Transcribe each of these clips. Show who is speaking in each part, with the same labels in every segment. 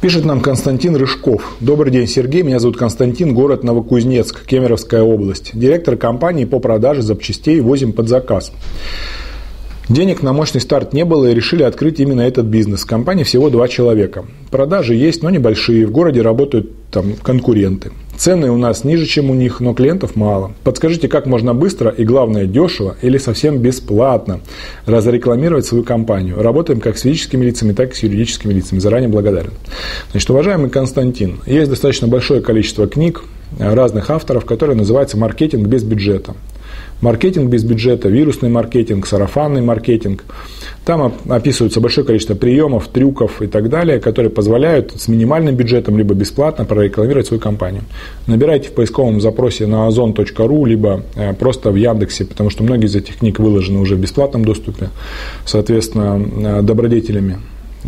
Speaker 1: Пишет нам Константин Рыжков. Добрый день, Сергей. Меня зовут Константин, город Новокузнецк, Кемеровская область. Директор компании по продаже запчастей, возим под заказ. Денег на мощный старт не было и решили открыть именно этот бизнес. В компании всего 2 человека. Продажи есть, но небольшие. В городе работают там конкуренты. Цены у нас ниже, чем у них, но клиентов мало. Подскажите, как можно быстро и, главное, дешево или совсем бесплатно разрекламировать свою компанию? Работаем как с физическими лицами, так и с юридическими лицами. Заранее благодарен. Значит, уважаемый Константин, есть достаточно большое количество книг разных авторов, которые называются «Маркетинг без бюджета». Маркетинг без бюджета, вирусный маркетинг, сарафанный маркетинг. Там описывается большое количество приемов, трюков и так далее, которые позволяют с минимальным бюджетом либо бесплатно прорекламировать свою компанию. Набирайте в поисковом запросе на озон.ру, либо просто в Яндексе, потому что многие из этих книг выложены уже в бесплатном доступе, соответственно, добродетелями,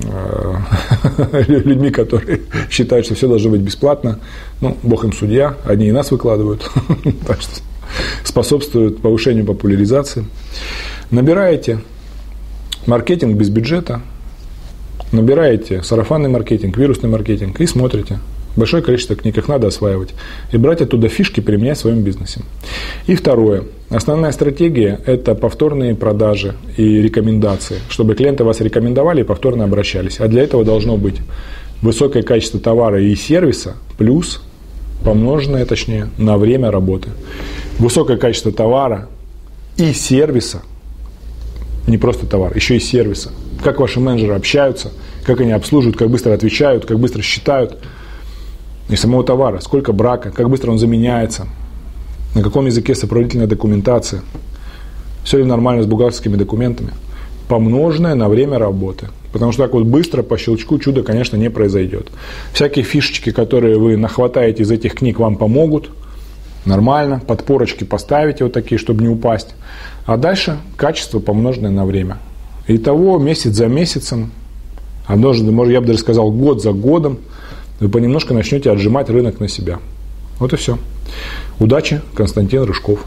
Speaker 1: людьми, которые считают, что все должно быть бесплатно. Ну, бог им судья, одни и нас выкладывают. Так что способствует повышению популяризации. Набираете маркетинг без бюджета, набираете сарафанный маркетинг, вирусный маркетинг и смотрите. Большое количество книг, их надо осваивать. И брать оттуда фишки, применять в своем бизнесе. И второе. Основная стратегия – это повторные продажи и рекомендации, чтобы клиенты вас рекомендовали и повторно обращались. А для этого должно быть высокое качество товара и сервиса плюс помноженное, точнее, на время работы. Высокое качество товара и сервиса, не просто товар, еще и сервиса. Как ваши менеджеры общаются, как они обслуживают, как быстро отвечают, как быстро считают. И самого товара, сколько брака, как быстро он заменяется, на каком языке сопроводительная документация, все ли нормально с бухгалтерскими документами, помноженное на время работы. Потому что так вот быстро, по щелчку, чудо, конечно, не произойдет. Всякие фишечки, которые вы нахватаете из этих книг, вам помогут. Нормально, подпорочки поставите вот такие, чтобы не упасть. А дальше качество, помноженное на время. Итого месяц за месяцем, а может, я бы даже сказал, год за годом, вы понемножку начнете отжимать рынок на себя. Вот и все. Удачи, Константин Рыжков.